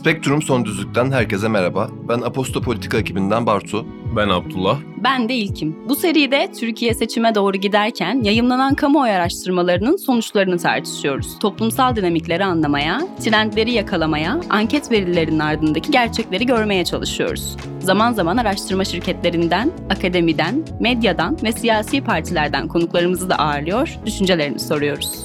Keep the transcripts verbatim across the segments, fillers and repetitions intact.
Spektrum Son Düzlük'ten herkese merhaba. Ben Aposto Politika ekibinden Bartu. Ben Abdullah. Ben de İlkim. Bu seride Türkiye seçime doğru giderken yayımlanan kamuoyu araştırmalarının sonuçlarını tartışıyoruz. Toplumsal dinamikleri anlamaya, trendleri yakalamaya, anket verilerinin ardındaki gerçekleri görmeye çalışıyoruz. Zaman zaman araştırma şirketlerinden, akademiden, medyadan ve siyasi partilerden konuklarımızı da ağırlıyor, düşüncelerini soruyoruz.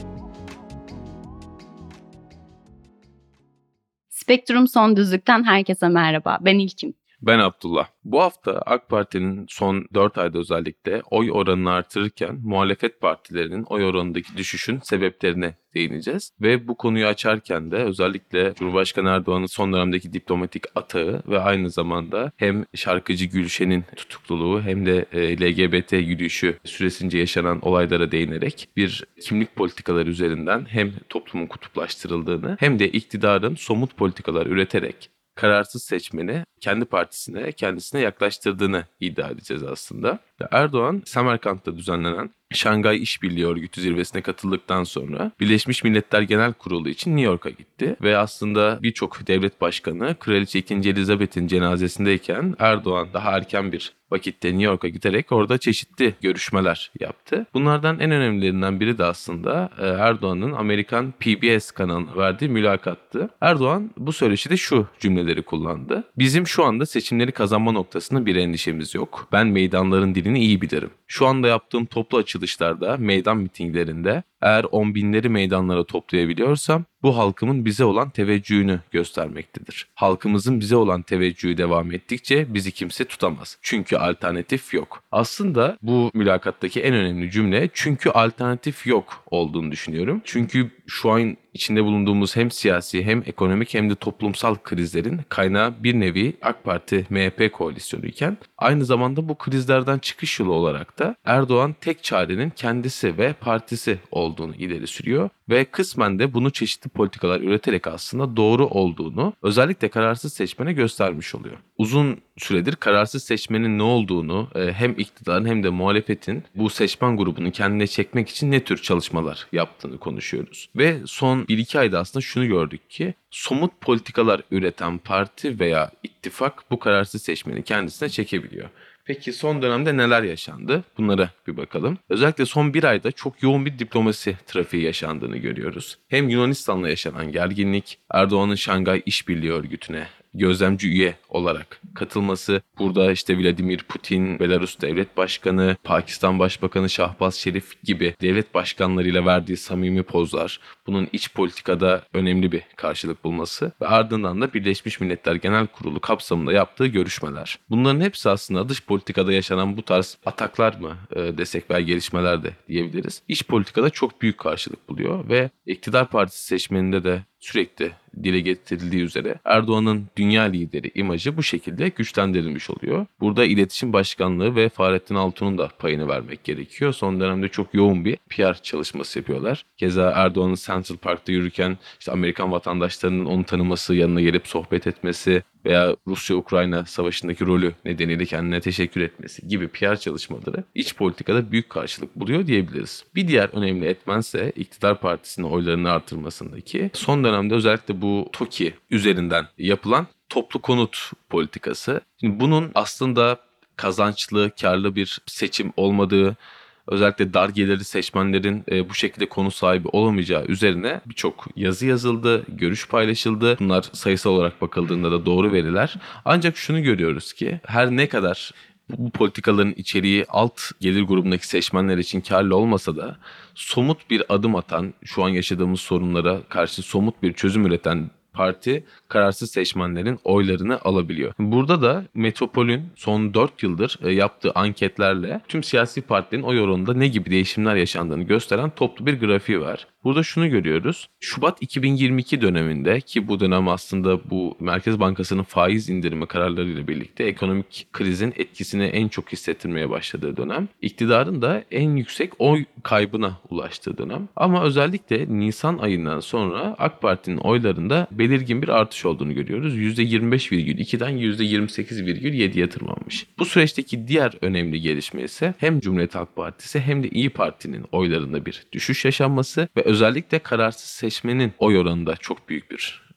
Spektrum Son Düzlük'ten herkese merhaba. Ben İlkim. Ben Abdullah. Bu hafta AK Parti'nin son dört ayda özellikle oy oranını artırırken muhalefet partilerinin oy oranındaki düşüşün sebeplerine değineceğiz. Ve bu konuyu açarken de özellikle Cumhurbaşkanı Erdoğan'ın son dönemdeki diplomatik atağı ve aynı zamanda hem şarkıcı Gülşen'in tutukluluğu hem de L G B T yürüyüşü süresince yaşanan olaylara değinerek bir kimlik politikaları üzerinden hem toplumun kutuplaştırıldığını hem de iktidarın somut politikalar üreterek kararsız seçmeni kendi partisine, kendisine yaklaştırdığını iddia edeceğiz aslında. Erdoğan, Semerkant'ta düzenlenen Şangay İşbirliği Örgütü zirvesine katıldıktan sonra Birleşmiş Milletler Genel Kurulu için New York'a gitti. Ve aslında birçok devlet başkanı Kraliçe ikinci. Elizabeth'in cenazesindeyken Erdoğan daha erken bir vakitte New York'a giderek orada çeşitli görüşmeler yaptı. Bunlardan en önemlilerinden biri de aslında Erdoğan'ın Amerikan P B S kanalına verdiği mülakattı. Erdoğan bu söyleşide şu cümleleri kullandı. Bizim şu anda seçimleri kazanma noktasında bir endişemiz yok. Ben meydanların dilini iyi bilirim. Şu anda yaptığım toplu açılışlarda, meydan mitinglerinde eğer on binleri meydanlara toplayabiliyorsam bu halkımın bize olan teveccühünü göstermektedir. Halkımızın bize olan teveccühü devam ettikçe bizi kimse tutamaz. Çünkü alternatif yok. Aslında bu mülakattaki en önemli cümle çünkü alternatif yok olduğunu düşünüyorum. Çünkü şu an içinde bulunduğumuz hem siyasi hem ekonomik hem de toplumsal krizlerin kaynağı bir nevi AK Parti M H P koalisyonu iken aynı zamanda bu krizlerden çıkış yolu olarak da Erdoğan tek çarenin kendisi ve partisi olduğunu ileri sürüyor ve kısmen de bunu çeşitli politikalar üreterek aslında doğru olduğunu özellikle kararsız seçmene göstermiş oluyor. Uzun süredir kararsız seçmenin ne olduğunu hem iktidarın hem de muhalefetin bu seçmen grubunu kendine çekmek için ne tür çalışmalar yaptığını konuşuyoruz. Ve son bir iki ayda aslında şunu gördük ki somut politikalar üreten parti veya ittifak bu kararsız seçmeni kendisine çekebiliyor. Peki son dönemde neler yaşandı? Bunlara bir bakalım. Özellikle son bir ayda çok yoğun bir diplomasi trafiği yaşandığını görüyoruz. Hem Yunanistan'la yaşanan gerginlik, Erdoğan'ın Şangay İşbirliği Örgütü'ne gözlemci üye olarak katılması, burada işte Vladimir Putin, Belarus Devlet Başkanı, Pakistan Başbakanı Şahbaz Şerif gibi devlet başkanlarıyla verdiği samimi pozlar, bunun iç politikada önemli bir karşılık bulması ve ardından da Birleşmiş Milletler Genel Kurulu kapsamında yaptığı görüşmeler. Bunların hepsi aslında dış politikada yaşanan bu tarz ataklar mı e, desek veya gelişmeler de diyebiliriz. İç politikada çok büyük karşılık buluyor ve iktidar partisi seçmeninde de sürekli dile getirildiği üzere Erdoğan'ın dünya lideri imajı bu şekilde güçlendirilmiş oluyor. Burada iletişim başkanlığı ve Fahrettin Altun'un da payını vermek gerekiyor. Son dönemde çok yoğun bir P R çalışması yapıyorlar. Keza Erdoğan'ın Central Park'ta yürürken işte Amerikan vatandaşlarının onu tanıması, yanına gelip sohbet etmesi veya Rusya-Ukrayna savaşındaki rolü nedeniyle kendine teşekkür etmesi gibi P R çalışmaları iç politikada büyük karşılık buluyor diyebiliriz. Bir diğer önemli etmense iktidar partisinin oylarını artırmasındaki son dönemde özellikle bu TOKİ üzerinden yapılan toplu konut politikası. Şimdi bunun aslında kazançlı, karlı bir seçim olmadığı, özellikle dar gelirli seçmenlerin e, bu şekilde konu sahibi olamayacağı üzerine birçok yazı yazıldı, görüş paylaşıldı. Bunlar sayısal olarak bakıldığında da doğru veriler. Ancak şunu görüyoruz ki her ne kadar bu politikaların içeriği alt gelir grubundaki seçmenler için karlı olmasa da somut bir adım atan, şu an yaşadığımız sorunlara karşı somut bir çözüm üreten parti kararsız seçmenlerin oylarını alabiliyor. Burada da Metropol'ün son dört yıldır yaptığı anketlerle tüm siyasi partilerin oy oranında ne gibi değişimler yaşandığını gösteren toplu bir grafiği var. Burada şunu görüyoruz. Şubat iki bin yirmi iki döneminde ki bu dönem aslında bu Merkez Bankası'nın faiz indirimi kararlarıyla birlikte ekonomik krizin etkisini en çok hissettirmeye başladığı dönem. İktidarın da en yüksek oy kaybına ulaştığı dönem. Ama özellikle Nisan ayından sonra AK Parti'nin oylarında belirgin bir artış olduğunu görüyoruz. yüzde yirmi beş virgül ikiden yüzde yirmi sekiz virgül yediye tırmanmış. Bu süreçteki diğer önemli gelişme ise hem Cumhuriyet Halk Partisi hem de İyi Parti'nin oylarında bir düşüş yaşanması ve özellikle kararsız seçmenin oy oranında çok büyük bir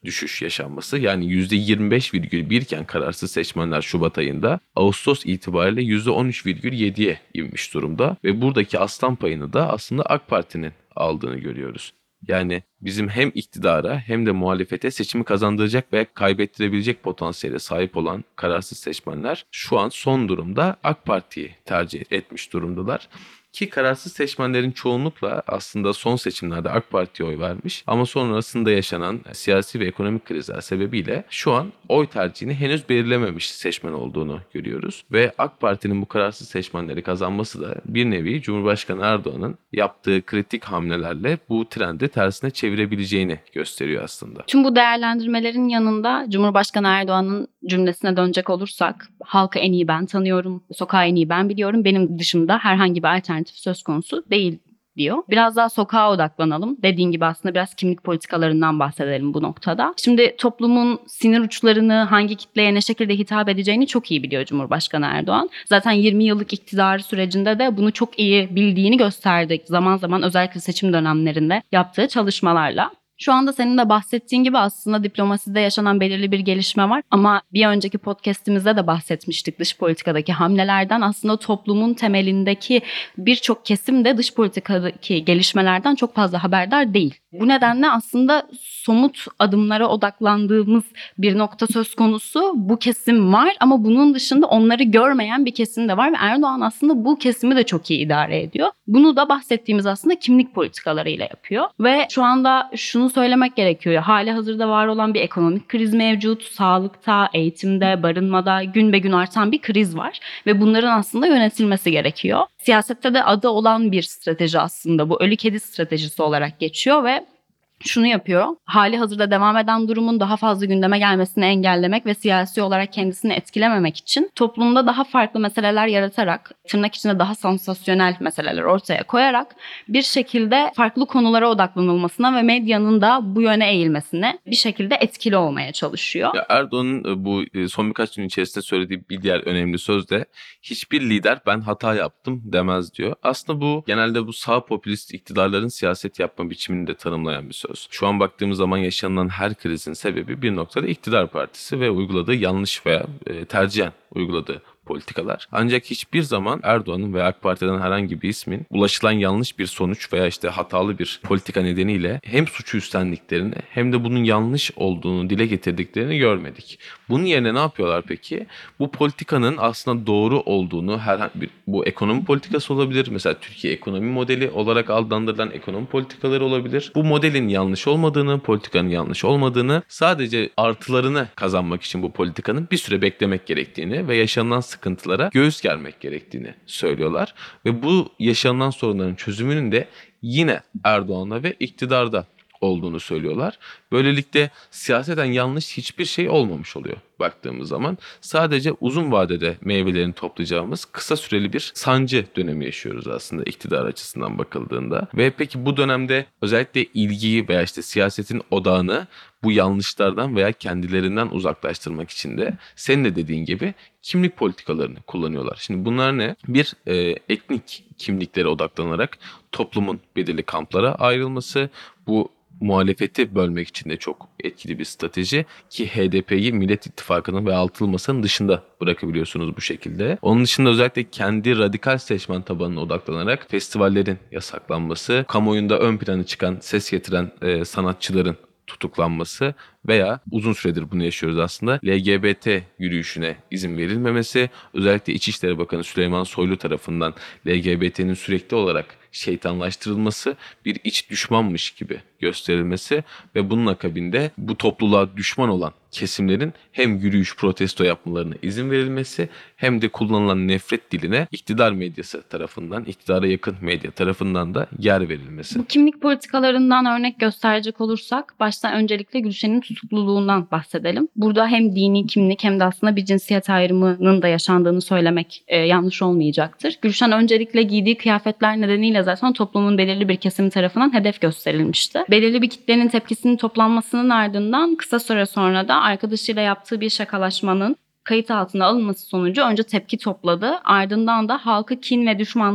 düşüş yaşanması. Yani yüzde yirmi beş virgül bir iken kararsız seçmenler Şubat ayında Ağustos itibariyle yüzde on üç virgül yediye inmiş durumda. Ve buradaki aslan payını da aslında AK Parti'nin aldığını görüyoruz. Yani bizim hem iktidara hem de muhalefete seçimi kazandıracak veya kaybettirebilecek potansiyele sahip olan kararsız seçmenler şu an son durumda AK Parti'yi tercih etmiş durumdalar. Ki kararsız seçmenlerin çoğunlukla aslında son seçimlerde AK Parti'ye oy vermiş ama sonrasında yaşanan siyasi ve ekonomik krizler sebebiyle şu an oy tercihini henüz belirlememiş seçmen olduğunu görüyoruz. Ve AK Parti'nin bu kararsız seçmenleri kazanması da bir nevi Cumhurbaşkanı Erdoğan'ın yaptığı kritik hamlelerle bu trendi tersine çevirebileceğini gösteriyor aslında. Tüm bu değerlendirmelerin yanında Cumhurbaşkanı Erdoğan'ın cümlesine dönecek olursak, halkı en iyi ben tanıyorum, sokağı en iyi ben biliyorum, benim dışımda herhangi bir alternatif söz konusu değil diyor. Biraz daha sokağa odaklanalım. Dediğin gibi aslında biraz kimlik politikalarından bahsedelim bu noktada. Şimdi toplumun sinir uçlarını hangi kitleye ne şekilde hitap edeceğini çok iyi biliyor Cumhurbaşkanı Erdoğan. Zaten yirmi yıllık iktidar sürecinde de bunu çok iyi bildiğini gösterdik. Zaman zaman özellikle seçim dönemlerinde yaptığı çalışmalarla. Şu anda senin de bahsettiğin gibi aslında diplomaside yaşanan belirli bir gelişme var. Ama bir önceki podcastimizde de bahsetmiştik dış politikadaki hamlelerden. Aslında toplumun temelindeki birçok kesim de dış politikadaki gelişmelerden çok fazla haberdar değil. Bu nedenle aslında somut adımlara odaklandığımız bir nokta söz konusu. Bu kesim var ama bunun dışında onları görmeyen bir kesim de var ve Erdoğan aslında bu kesimi de çok iyi idare ediyor. Bunu da bahsettiğimiz aslında kimlik politikalarıyla yapıyor ve şu anda şunu söylemek gerekiyor. Hali hazırda var olan bir ekonomik kriz mevcut. Sağlıkta, eğitimde, barınmada gün be gün artan bir kriz var ve bunların aslında yönetilmesi gerekiyor. Siyasette de adı olan bir strateji aslında bu ölü kedi stratejisi olarak geçiyor ve şunu yapıyor. Hali hazırda devam eden durumun daha fazla gündeme gelmesini engellemek ve siyasi olarak kendisini etkilememek için toplumda daha farklı meseleler yaratarak, tırnak içinde daha sansasyonel meseleler ortaya koyarak bir şekilde farklı konulara odaklanılmasına ve medyanın da bu yöne eğilmesine bir şekilde etkili olmaya çalışıyor. Ya Erdoğan'ın bu son birkaç gün içerisinde söylediği bir diğer önemli söz de hiçbir lider ben hata yaptım demez diyor. Aslında bu genelde bu sağ popülist iktidarların siyaset yapma biçimini de tanımlayan bir söz. Şu an baktığımız zaman yaşanılan her krizin sebebi bir noktada iktidar partisi ve uyguladığı yanlış veya e, tercihen uyguladığı politikalar. Ancak hiçbir zaman Erdoğan'ın veya AK Parti'den herhangi bir ismin ulaşılan yanlış bir sonuç veya işte hatalı bir politika nedeniyle hem suçu üstlendiklerini hem de bunun yanlış olduğunu dile getirdiklerini görmedik. Bunun yerine ne yapıyorlar peki? Bu politikanın aslında doğru olduğunu herhangi bir bu ekonomi politikası olabilir. Mesela Türkiye ekonomi modeli olarak adlandırılan ekonomi politikaları olabilir. Bu modelin yanlış olmadığını, politikanın yanlış olmadığını, sadece artılarını kazanmak için bu politikanın bir süre beklemek gerektiğini ve yaşanılan sıkıntılara göğüs germek gerektiğini söylüyorlar. Ve bu yaşanılan sorunların çözümünün de yine Erdoğan'da ve iktidarda olduğunu söylüyorlar. Böylelikle siyaseten yanlış hiçbir şey olmamış oluyor baktığımız zaman. Sadece uzun vadede meyvelerini toplayacağımız kısa süreli bir sancı dönemi yaşıyoruz aslında iktidar açısından bakıldığında. Ve peki bu dönemde özellikle ilgiyi veya işte siyasetin odağını bu yanlışlardan veya kendilerinden uzaklaştırmak için de senin de dediğin gibi kimlik politikalarını kullanıyorlar. Şimdi bunlar ne? Bir, e, etnik kimliklere odaklanarak toplumun belirli kamplara ayrılması, bu muhalefeti bölmek için de çok etkili bir strateji ki H D P'yi Millet İttifakı'nın ve altılı masanın dışında bırakabiliyorsunuz bu şekilde. Onun dışında özellikle kendi radikal seçmen tabanına odaklanarak festivallerin yasaklanması, kamuoyunda ön plana çıkan, ses getiren e, sanatçıların tutuklanması veya uzun süredir bunu yaşıyoruz aslında. L G B T yürüyüşüne izin verilmemesi, özellikle İçişleri Bakanı Süleyman Soylu tarafından L G B T'nin sürekli olarak şeytanlaştırılması, bir iç düşmanmış gibi gösterilmesi ve bunun akabinde bu topluluğa düşman olan kesimlerin hem yürüyüş protesto yapmalarına izin verilmesi hem de kullanılan nefret diline iktidar medyası tarafından, iktidara yakın medya tarafından da yer verilmesi. Bu kimlik politikalarından örnek gösterecek olursak başta öncelikle Gülşen'in tutukluluğundan bahsedelim. Burada hem dini kimlik hem de aslında bir cinsiyet ayrımının da yaşandığını söylemek e, yanlış olmayacaktır. Gülşen öncelikle giydiği kıyafetler nedeniyle zaten toplumun belirli bir kesimi tarafından hedef gösterilmişti. Belirli bir kitlenin tepkisinin toplanmasının ardından kısa süre sonra da arkadaşıyla yaptığı bir şakalaşmanın kayıt altına alınması sonucu önce tepki topladı. Ardından da halkı kin ve düşmanlığa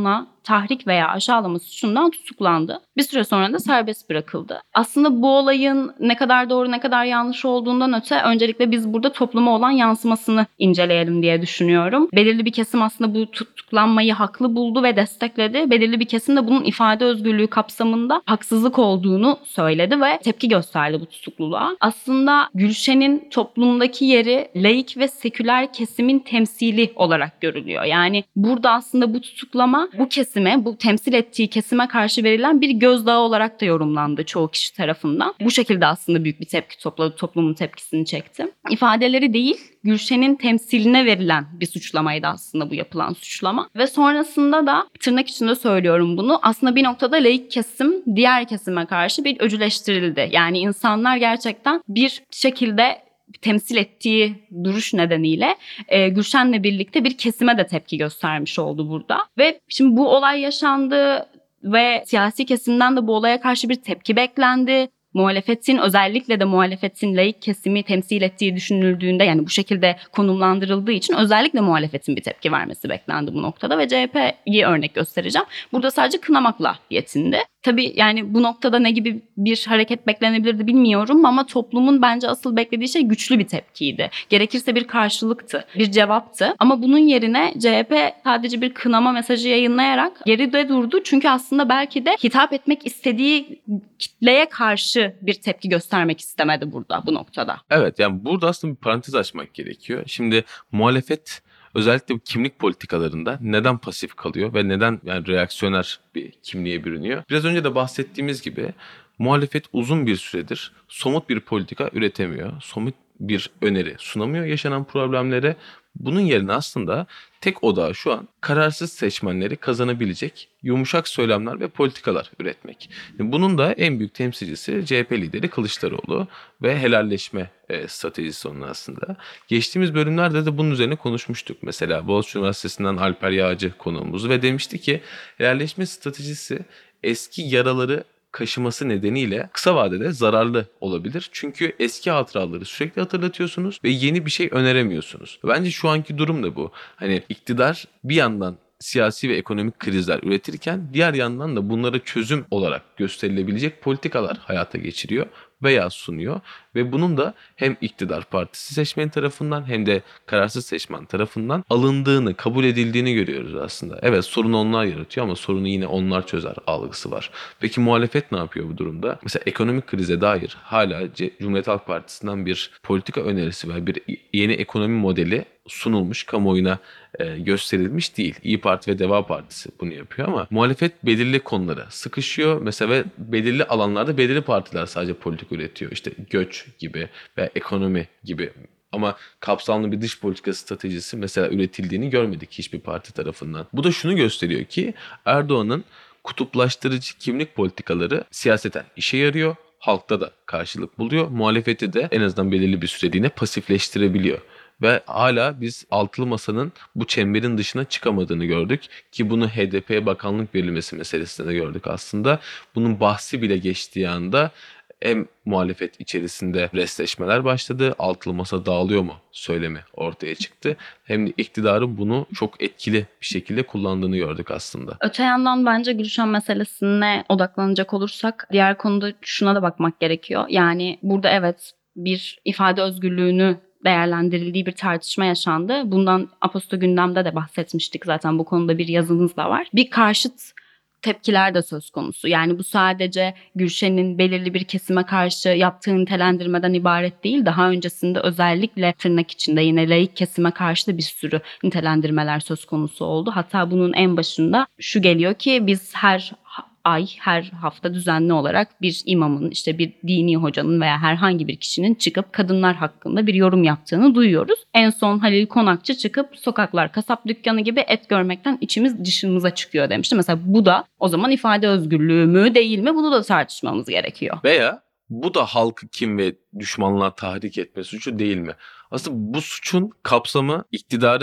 tahrik veya aşağılama suçundan tutuklandı. Bir süre sonra da serbest bırakıldı. Aslında bu olayın ne kadar doğru ne kadar yanlış olduğundan öte öncelikle biz burada topluma olan yansımasını inceleyelim diye düşünüyorum. Belirli bir kesim aslında bu tutuklanmayı haklı buldu ve destekledi. Belirli bir kesim de bunun ifade özgürlüğü kapsamında haksızlık olduğunu söyledi ve tepki gösterdi bu tutukluluğa. Aslında Gülşen'in toplumdaki yeri laik ve seküler kesimin temsili olarak görülüyor. Yani burada aslında bu tutuklama bu kesime, bu temsil ettiği kesime karşı verilen bir gözdağı olarak da yorumlandı çoğu kişi tarafından. Bu şekilde aslında büyük bir tepki topladı, toplumun tepkisini çekti. İfadeleri değil, Gülşen'in temsiline verilen bir suçlamaydı aslında bu yapılan suçlama. Ve sonrasında da tırnak içinde söylüyorum bunu, aslında bir noktada laik kesim diğer kesime karşı bir öcüleştirildi. Yani insanlar gerçekten bir şekilde temsil ettiği duruş nedeniyle e, Gülşen'le birlikte bir kesime de tepki göstermiş oldu burada. Ve şimdi bu olay yaşandı ve siyasi kesimden de bu olaya karşı bir tepki beklendi. Muhalefetin, özellikle de muhalefetin laik kesimi temsil ettiği düşünüldüğünde, yani bu şekilde konumlandırıldığı için özellikle muhalefetin bir tepki vermesi beklendi bu noktada ve C H P'yi örnek göstereceğim. Burada sadece kınamakla yetindi. Tabii yani bu noktada ne gibi bir hareket beklenebilirdi bilmiyorum ama toplumun bence asıl beklediği şey güçlü bir tepkiydi. Gerekirse bir karşılıktı, bir cevaptı. Ama bunun yerine C H P sadece bir kınama mesajı yayınlayarak geride durdu. Çünkü aslında belki de hitap etmek istediği kitleye karşı bir tepki göstermek istemedi burada, bu noktada. Evet, yani burada aslında bir parantez açmak gerekiyor. Şimdi muhalefet özellikle bu kimlik politikalarında neden pasif kalıyor ve neden yani reaksiyoner bir kimliğe bürünüyor? Biraz önce de bahsettiğimiz gibi muhalefet uzun bir süredir somut bir politika üretemiyor. Somut bir öneri sunamıyor yaşanan problemlere. Bunun yerine aslında tek odağı şu an kararsız seçmenleri kazanabilecek yumuşak söylemler ve politikalar üretmek. Bunun da en büyük temsilcisi C H P lideri Kılıçdaroğlu ve helalleşme e, stratejisi onun aslında. Geçtiğimiz bölümlerde de bunun üzerine konuşmuştuk. Mesela Boğaziçi Üniversitesi'nden Alper Yağcı konuğumuz ve demişti ki helalleşme stratejisi eski yaraları kaşıması nedeniyle kısa vadede zararlı olabilir. Çünkü eski hatıraları sürekli hatırlatıyorsunuz ve yeni bir şey öneremiyorsunuz. Bence şu anki durum da bu. Hani iktidar bir yandan siyasi ve ekonomik krizler üretirken diğer yandan da bunlara çözüm olarak gösterilebilecek politikalar hayata geçiriyor veya sunuyor ve bunun da hem iktidar partisi seçmen tarafından hem de kararsız seçmen tarafından alındığını, kabul edildiğini görüyoruz aslında. Evet, sorunu onlar yaratıyor ama sorunu yine onlar çözer algısı var. Peki muhalefet ne yapıyor bu durumda? Mesela ekonomik krize dair hala Cumhuriyet Halk Partisi'nden bir politika önerisi ve bir yeni ekonomi modeli sunulmuş, kamuoyuna e, gösterilmiş değil. İYİ Parti ve Deva Partisi bunu yapıyor ama muhalefet belirli konulara sıkışıyor. Mesela ve belirli alanlarda belirli partiler sadece politik üretiyor. İşte göç gibi veya ekonomi gibi. Ama kapsamlı bir dış politika stratejisi mesela üretildiğini görmedik hiçbir parti tarafından. Bu da şunu gösteriyor ki Erdoğan'ın kutuplaştırıcı kimlik politikaları siyaseten işe yarıyor. Halkta da karşılık buluyor. Muhalefeti de en azından belirli bir süreliğine pasifleştirebiliyor. Ve hala biz altılı masanın bu çemberin dışına çıkamadığını gördük ki bunu H D P'ye bakanlık verilmesi meselesinde de gördük aslında. Bunun bahsi bile geçtiği anda hem muhalefet içerisinde restleşmeler başladı, altılı masa dağılıyor mu söylemi ortaya çıktı. Hem de iktidarın bunu çok etkili bir şekilde kullandığını gördük aslında. Öte yandan bence Gülşen meselesine odaklanacak olursak diğer konuda şuna da bakmak gerekiyor. Yani burada evet bir ifade özgürlüğünü değerlendirildiği bir tartışma yaşandı. Bundan Aposto Gündem'de de bahsetmiştik zaten, bu konuda bir yazımız da var. Bir karşıt tepkiler de söz konusu. Yani bu sadece Gülşen'in belirli bir kesime karşı yaptığı nitelendirmeden ibaret değil. Daha öncesinde özellikle tırnak içinde yine laik kesime karşı da bir sürü nitelendirmeler söz konusu oldu. Hatta bunun en başında şu geliyor ki biz her ay, her hafta düzenli olarak bir imamın, işte bir dini hocanın veya herhangi bir kişinin çıkıp kadınlar hakkında bir yorum yaptığını duyuyoruz. En son Halil Konakçı çıkıp sokaklar kasap dükkanı gibi et görmekten içimiz dışımıza çıkıyor demişti. Mesela bu da o zaman ifade özgürlüğü mü değil mi, bunu da tartışmamız gerekiyor. Veya bu da halkı kim ve düşmanlığa tahrik etme suçu değil mi? Aslında bu suçun kapsamı iktidarın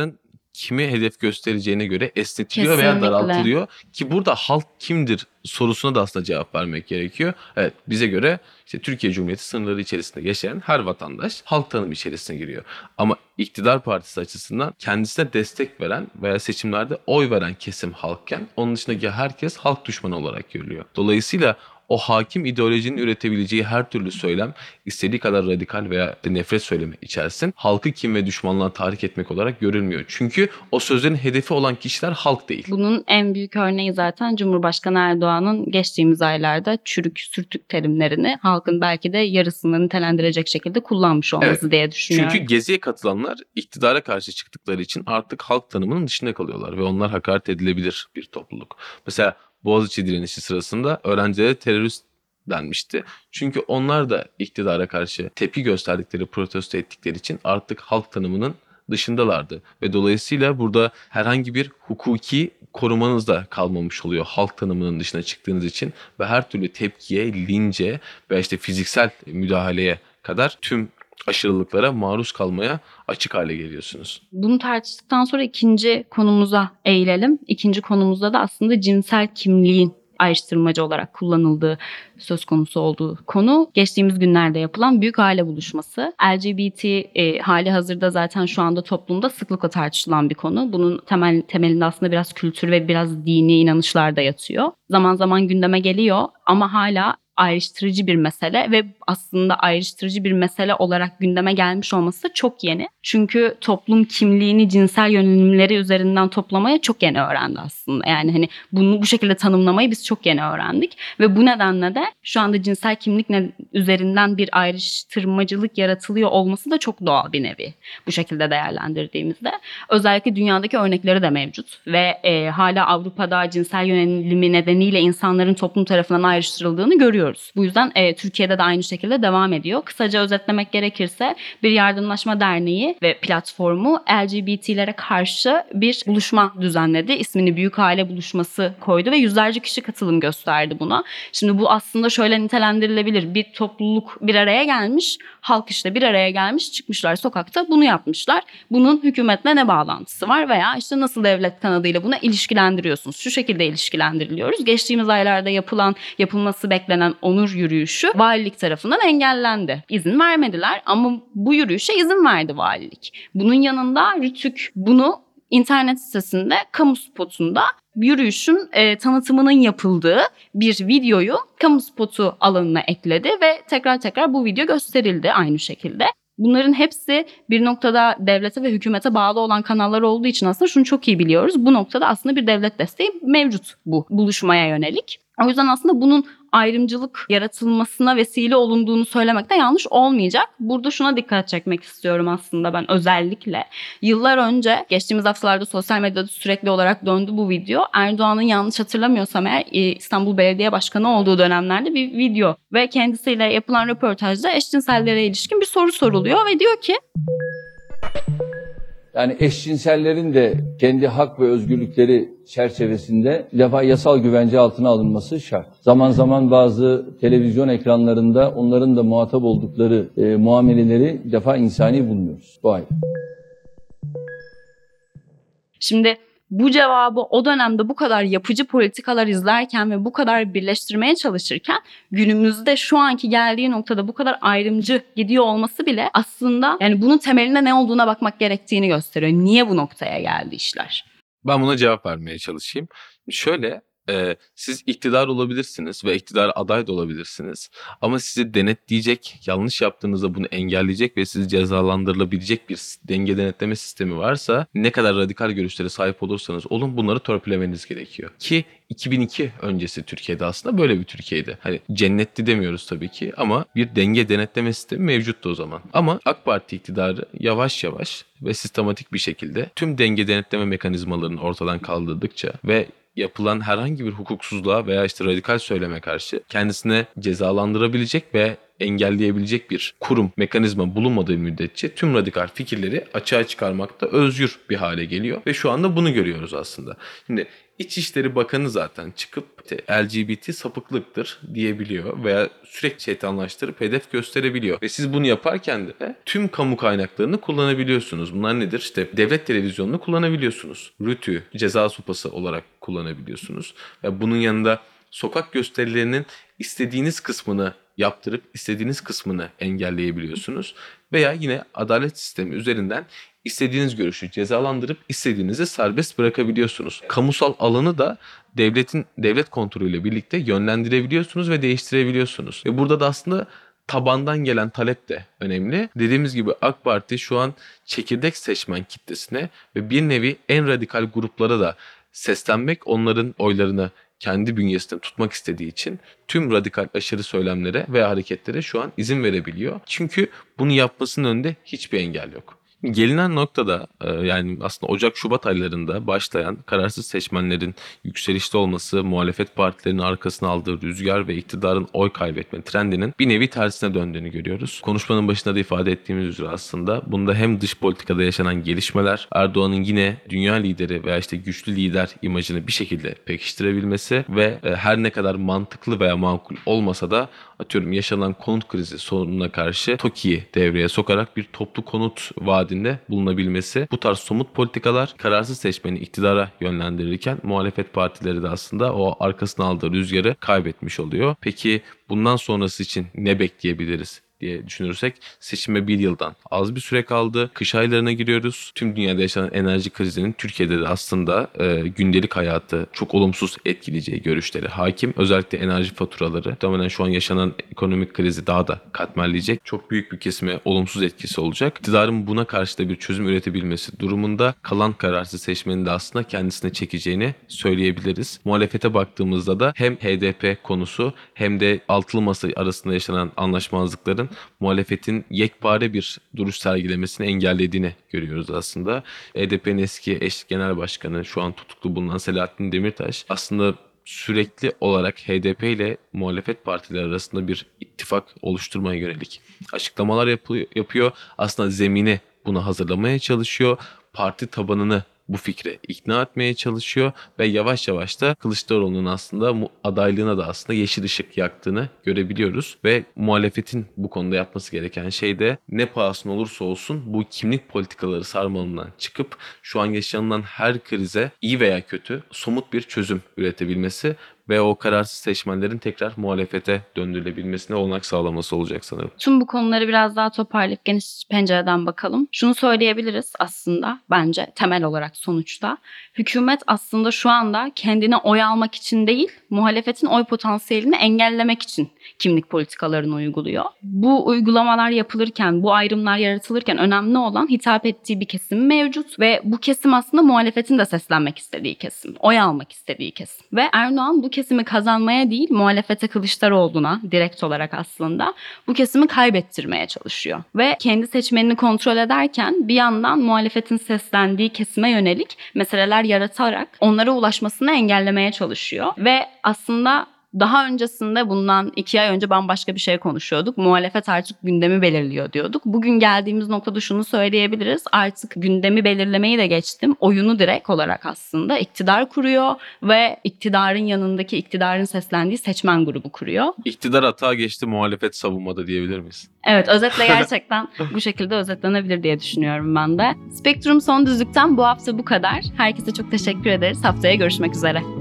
kimi hedef göstereceğine göre esnetiliyor veya Kesinlikle. daraltılıyor. Ki burada halk kimdir sorusuna da aslında cevap vermek gerekiyor. Evet, bize göre işte Türkiye Cumhuriyeti sınırları içerisinde yaşayan her vatandaş halk tanımı içerisine giriyor. Ama iktidar partisi açısından kendisine destek veren veya seçimlerde oy veren kesim halkken onun dışındaki herkes halk düşmanı olarak görülüyor. Dolayısıyla o hakim ideolojinin üretebileceği her türlü söylem istediği kadar radikal veya nefret söylemi içersin, halkı kin ve düşmanlığa tahrik etmek olarak görülmüyor. Çünkü o sözlerin hedefi olan kişiler halk değil. Bunun en büyük örneği zaten Cumhurbaşkanı Erdoğan'ın geçtiğimiz aylarda çürük, sürtük terimlerini halkın belki de yarısını nitelendirecek şekilde kullanmış olması Evet. diye düşünüyorum. Çünkü Gezi'ye katılanlar iktidara karşı çıktıkları için artık halk tanımının dışında kalıyorlar ve onlar hakaret edilebilir bir topluluk. Mesela Boğaziçi direnişi sırasında öğrencilere terörist denmişti. Çünkü onlar da iktidara karşı tepki gösterdikleri, protesto ettikleri için artık halk tanımının dışındalardı. Ve dolayısıyla burada herhangi bir hukuki korumanız da kalmamış oluyor halk tanımının dışına çıktığınız için ve her türlü tepkiye, lince ve işte fiziksel müdahaleye kadar tüm aşırılıklara maruz kalmaya açık hale geliyorsunuz. Bunu tartıştıktan sonra ikinci konumuza eğilelim. İkinci konumuzda da aslında cinsel kimliğin ayrıştırmacı olarak kullanıldığı söz konusu olduğu konu. Geçtiğimiz günlerde yapılan büyük aile buluşması. L G B T e, hali hazırda zaten şu anda toplumda sıklıkla tartışılan bir konu. Bunun temel temelinde aslında biraz kültür ve biraz dini inanışlar da yatıyor. Zaman zaman gündeme geliyor ama hala ayrıştırıcı bir mesele ve aslında ayrıştırıcı bir mesele olarak gündeme gelmiş olması da çok yeni. Çünkü toplum kimliğini cinsel yönelimleri üzerinden toplamaya çok yeni öğrendi aslında. Yani hani bunu bu şekilde tanımlamayı biz çok yeni öğrendik ve bu nedenle de şu anda cinsel kimlik üzerinden bir ayrıştırmacılık yaratılıyor olması da çok doğal bir nevi bu şekilde değerlendirdiğimizde. Özellikle dünyadaki örnekleri de mevcut ve e, hala Avrupa'da cinsel yönelimi nedeniyle insanların toplum tarafından ayrıştırıldığını görüyoruz. Bu yüzden e, Türkiye'de de aynı şekilde devam ediyor. Kısaca özetlemek gerekirse bir yardımlaşma derneği ve platformu L G B T'lere karşı bir buluşma düzenledi. İsmini Büyük Aile Buluşması koydu ve yüzlerce kişi katılım gösterdi buna. Şimdi bu aslında şöyle nitelendirilebilir. Bir topluluk bir araya gelmiş, halk işte bir araya gelmiş, çıkmışlar sokakta bunu yapmışlar. Bunun hükümetle ne bağlantısı var veya işte nasıl devlet kanadıyla buna ilişkilendiriyorsunuz? Şu şekilde ilişkilendiriliyoruz. Geçtiğimiz aylarda yapılan, yapılması beklenen onur yürüyüşü valilik tarafından engellendi. İzin vermediler ama bu yürüyüşe izin verdi valilik. Bunun yanında Rütük bunu internet sitesinde kamu spotunda yürüyüşün e, tanıtımının yapıldığı bir videoyu kamu spotu alanına ekledi ve tekrar tekrar bu video gösterildi aynı şekilde. Bunların hepsi bir noktada devlete ve hükümete bağlı olan kanallar olduğu için aslında şunu çok iyi biliyoruz. Bu noktada aslında bir devlet desteği mevcut bu buluşmaya yönelik. O yüzden aslında bunun ayrımcılık yaratılmasına vesile olunduğunu söylemek de yanlış olmayacak. Burada şuna dikkat çekmek istiyorum aslında ben özellikle. Yıllar önce geçtiğimiz haftalarda sosyal medyada sürekli olarak döndü bu video. Erdoğan'ın yanlış hatırlamıyorsam eğer İstanbul Belediye Başkanı olduğu dönemlerde bir video ve kendisiyle yapılan röportajda eşcinsellere ilişkin bir soru soruluyor ve diyor ki yani eşcinsellerin de kendi hak ve özgürlükleri çerçevesinde bir defa yasal güvence altına alınması şart. Zaman zaman bazı televizyon ekranlarında onların da muhatap oldukları e, muameleleri bir defa insani bulmuyoruz. Bu ayrı. Şimdi bu cevabı o dönemde bu kadar yapıcı politikalar izlerken ve bu kadar birleştirmeye çalışırken günümüzde şu anki geldiği noktada bu kadar ayrımcı gidiyor olması bile aslında yani bunun temelinde ne olduğuna bakmak gerektiğini gösteriyor. Niye bu noktaya geldi işler? Ben buna cevap vermeye çalışayım. Şöyle, e, siz iktidar olabilirsiniz ve iktidar aday da olabilirsiniz. Ama sizi denetleyecek, yanlış yaptığınızda bunu engelleyecek ve sizi cezalandırılabilecek bir denge denetleme sistemi varsa ne kadar radikal görüşlere sahip olursanız olun bunları törpülemeniz gerekiyor. Ki iki bin iki öncesi Türkiye'de aslında böyle bir Türkiye'ydi. Hani cennetti demiyoruz tabii ki ama bir denge denetleme sistemi mevcuttu o zaman. Ama AK Parti iktidarı yavaş yavaş ve sistematik bir şekilde tüm denge denetleme mekanizmalarını ortadan kaldırdıkça ve yapılan herhangi bir hukuksuzluğa veya işte radikal söyleme karşı kendisine cezalandırabilecek ve engelleyebilecek bir kurum, mekanizma bulunmadığı müddetçe tüm radikal fikirleri açığa çıkarmakta özgür bir hale geliyor ve şu anda bunu görüyoruz aslında. Şimdi İçişleri Bakanı zaten çıkıp işte L G B T sapıklıktır diyebiliyor veya sürekli şeytanlaştırıp hedef gösterebiliyor. Ve siz bunu yaparken de tüm kamu kaynaklarını kullanabiliyorsunuz. Bunlar nedir? İşte devlet televizyonunu kullanabiliyorsunuz. Rütü, ceza sopası olarak kullanabiliyorsunuz. Ve bunun yanında sokak gösterilerinin istediğiniz kısmını yaptırıp istediğiniz kısmını engelleyebiliyorsunuz. Veya yine adalet sistemi üzerinden istediğiniz görüşü cezalandırıp istediğinizi serbest bırakabiliyorsunuz. Kamusal alanı da devletin devlet kontrolüyle birlikte yönlendirebiliyorsunuz ve değiştirebiliyorsunuz. Ve burada da aslında tabandan gelen talep de önemli. Dediğimiz gibi AK Parti şu an çekirdek seçmen kitlesine ve bir nevi en radikal gruplara da seslenmek, onların oylarını kendi bünyesinde tutmak istediği için tüm radikal aşırı söylemlere ve hareketlere şu an izin verebiliyor. Çünkü bunu yapmasının önünde hiçbir engel yok. Gelinen noktada yani aslında Ocak-Şubat aylarında başlayan kararsız seçmenlerin yükselişte olması, muhalefet partilerinin arkasına aldığı rüzgar ve iktidarın oy kaybetme trendinin bir nevi tersine döndüğünü görüyoruz. Konuşmanın başında da ifade ettiğimiz üzere aslında bunda hem dış politikada yaşanan gelişmeler, Erdoğan'ın yine dünya lideri veya işte güçlü lider imajını bir şekilde pekiştirebilmesi ve her ne kadar mantıklı veya makul olmasa da atıyorum yaşanan konut krizi sorununa karşı TOKİ'yi devreye sokarak bir toplu konut vaadinde bulunabilmesi, bu tarz somut politikalar kararsız seçmeni iktidara yönlendirirken muhalefet partileri de aslında o arkasına aldığı rüzgarı kaybetmiş oluyor. Peki bundan sonrası için ne bekleyebiliriz diye düşünürsek seçime bir yıldan az bir süre kaldı. Kış aylarına giriyoruz. Tüm dünyada yaşanan enerji krizinin Türkiye'de de aslında e, gündelik hayatı çok olumsuz etkileyeceği görüşleri hakim. Özellikle enerji faturaları muhtemelen şu an yaşanan ekonomik krizi daha da katmerleyecek. Çok büyük bir kesime olumsuz etkisi olacak. İktidarın buna karşı da bir çözüm üretebilmesi durumunda kalan kararsız seçmenin de aslında kendisine çekeceğini söyleyebiliriz. Muhalefete baktığımızda da hem H D P konusu hem de altılı masa arasında yaşanan anlaşmazlıkların muhalefetin yekpare bir duruş sergilemesini engellediğini görüyoruz aslında. H D P'nin eski eş genel başkanı, şu an tutuklu bulunan Selahattin Demirtaş aslında sürekli olarak H D P ile muhalefet partileri arasında bir ittifak oluşturmaya yönelik açıklamalar yapıyor. yapıyor. Aslında zemini buna hazırlamaya çalışıyor. Parti tabanını bu fikre ikna etmeye çalışıyor ve yavaş yavaş da Kılıçdaroğlu'nun aslında adaylığına da aslında yeşil ışık yaktığını görebiliyoruz ve muhalefetin bu konuda yapması gereken şey de ne pahasına olursa olsun bu kimlik politikaları sarmalından çıkıp şu an yaşanılan her krize iyi veya kötü somut bir çözüm üretebilmesi ve o kararsız seçmenlerin tekrar muhalefete döndürülebilmesine olanak sağlaması olacak sanırım. Tüm bu konuları biraz daha toparlayıp geniş pencereden bakalım. Şunu söyleyebiliriz aslında bence temel olarak sonuçta. Hükümet aslında şu anda kendine oy almak için değil, muhalefetin oy potansiyelini engellemek için kimlik politikalarını uyguluyor. Bu uygulamalar yapılırken, bu ayrımlar yaratılırken önemli olan hitap ettiği bir kesim mevcut ve bu kesim aslında muhalefetin de seslenmek istediği kesim, oy almak istediği kesim. Ve Erdoğan bu kesimi kazanmaya değil, muhalefete Kılıçdaroğlu'na direkt olarak aslında bu kesimi kaybettirmeye çalışıyor. Ve kendi seçmenini kontrol ederken bir yandan muhalefetin seslendiği kesime yönelik meseleler yaratarak onlara ulaşmasını engellemeye çalışıyor. Ve aslında daha öncesinde bundan iki ay önce bambaşka bir şey konuşuyorduk. Muhalefet artık gündemi belirliyor diyorduk. Bugün geldiğimiz noktada şunu söyleyebiliriz. Artık gündemi belirlemeyi de geçtim. Oyunu direkt olarak aslında iktidar kuruyor ve iktidarın yanındaki, iktidarın seslendiği seçmen grubu kuruyor. İktidar hata geçti, muhalefet savunmada diyebilir miyiz? Evet, özetle gerçekten bu şekilde özetlenebilir diye düşünüyorum ben de. Spektrum Son Düzlük'ten bu hafta bu kadar. Herkese çok teşekkür ederiz. Haftaya görüşmek üzere.